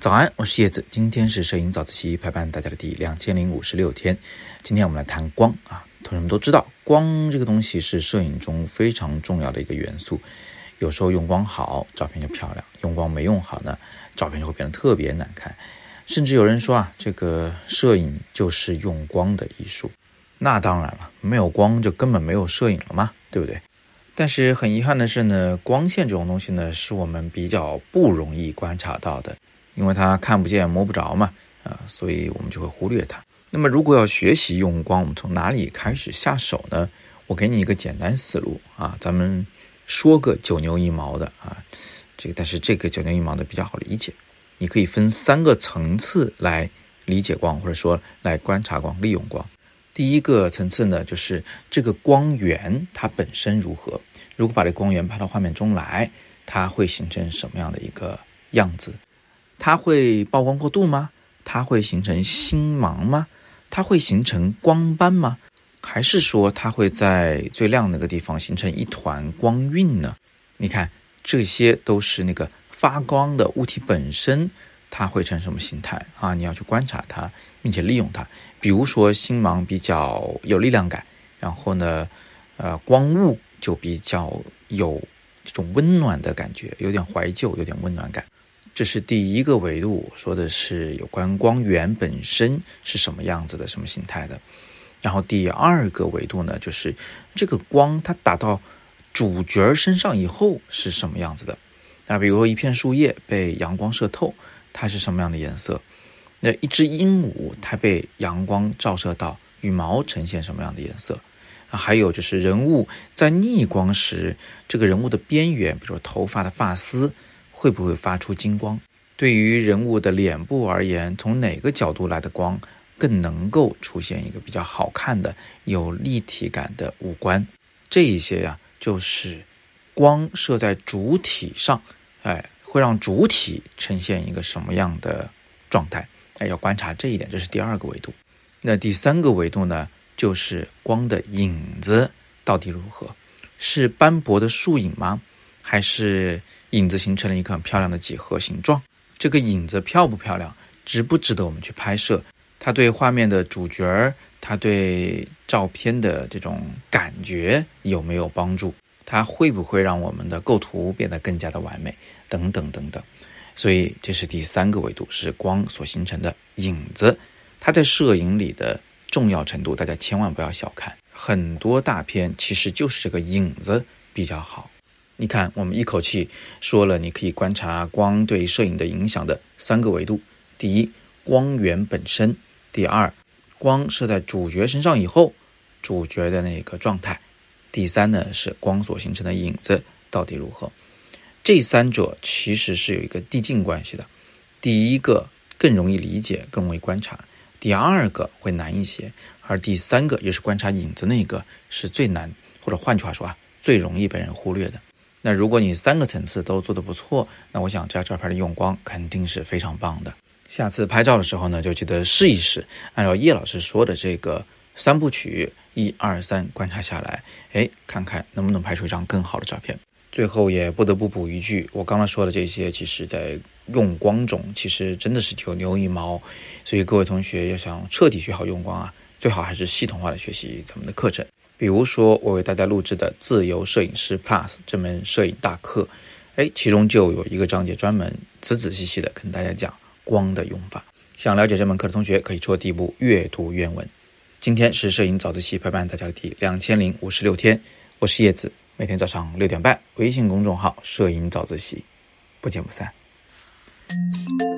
早安，我是叶子，今天是摄影早自习陪伴大家的第2056天。今天我们来谈光啊，同学们都知道，光这个东西是摄影中非常重要的一个元素。有时候用光好，照片就漂亮；用光没用好呢，照片就会变得特别难看。甚至有人说这个摄影就是用光的艺术。那当然了，没有光就根本没有摄影了嘛，对不对？但是很遗憾的是呢，光线这种东西呢，是我们比较不容易观察到的。因为它看不见摸不着嘛，所以我们就会忽略它。那么如果要学习用光，我们从哪里开始下手呢？我给你一个简单思路咱们说个九牛一毛的但是这个九牛一毛的比较好理解。你可以分3个层次来理解光，或者说来观察光、利用光。第一个层次呢，就是这个光源它本身如何。如果把这光源拍到画面中来，它会形成什么样的一个样子？它会曝光过度吗？它会形成星芒吗？它会形成光斑吗？还是说它会在最亮那个地方形成一团光晕呢？你看，这些都是那个发光的物体本身，它会成什么形态你要去观察它，并且利用它。比如说星芒比较有力量感，然后呢，光雾就比较有这种温暖的感觉，有点怀旧，有点温暖感。这是第一个维度，说的是有关光源本身是什么样子的，什么形态的。然后第二个维度呢，就是这个光它打到主角身上以后是什么样子的。那比如说一片树叶被阳光射透，它是什么样的颜色？那一只鹦鹉它被阳光照射到，羽毛呈现什么样的颜色？还有就是人物在逆光时，这个人物的边缘，比如说头发的发丝会不会发出金光？对于人物的脸部而言，从哪个角度来的光更能够出现一个比较好看的有立体感的五官？这一些就是光射在主体上，会让主体呈现一个什么样的状态？要观察这一点，这是第二个维度。那第三个维度呢，就是光的影子到底如何？是斑驳的树影吗？还是影子形成了一个很漂亮的几何形状？这个影子漂不漂亮？值不值得我们去拍摄？它对画面的主角，它对照片的这种感觉有没有帮助？它会不会让我们的构图变得更加的完美？等等等等。所以这是第三个维度，是光所形成的影子。它在摄影里的重要程度，大家千万不要小看。很多大片其实就是这个影子比较好。你看，我们一口气说了你可以观察光对摄影的影响的3个维度。第一，光源本身；第二，光射在主角身上以后，主角的那个状态；第三呢，是光所形成的影子到底如何。这3者其实是有一个递进关系的。第一个更容易理解，更容易观察；第二个会难一些，而第3个也是观察影子那个是最难，或者换句话说最容易被人忽略的。那如果你3个层次都做得不错，那我想这照片的用光肯定是非常棒的。下次拍照的时候呢，就记得试一试，按照叶老师说的这个3部曲1、2、3观察下来，看看能不能拍出一张更好的照片。最后也不得不补一句，我刚才说的这些其实在用光中其实真的是九牛一毛，所以各位同学要想彻底学好用光最好还是系统化的学习咱们的课程。比如说我为大家录制的自由摄影师 Plus 这门摄影大课，其中就有一个章节专门仔仔细细的跟大家讲光的用法。想了解这门课的同学可以戳第一步阅读原文。今天是摄影早自习陪伴大家的第2056天，我是叶子，每天早上6点半，微信公众号摄影早自习，不见不散。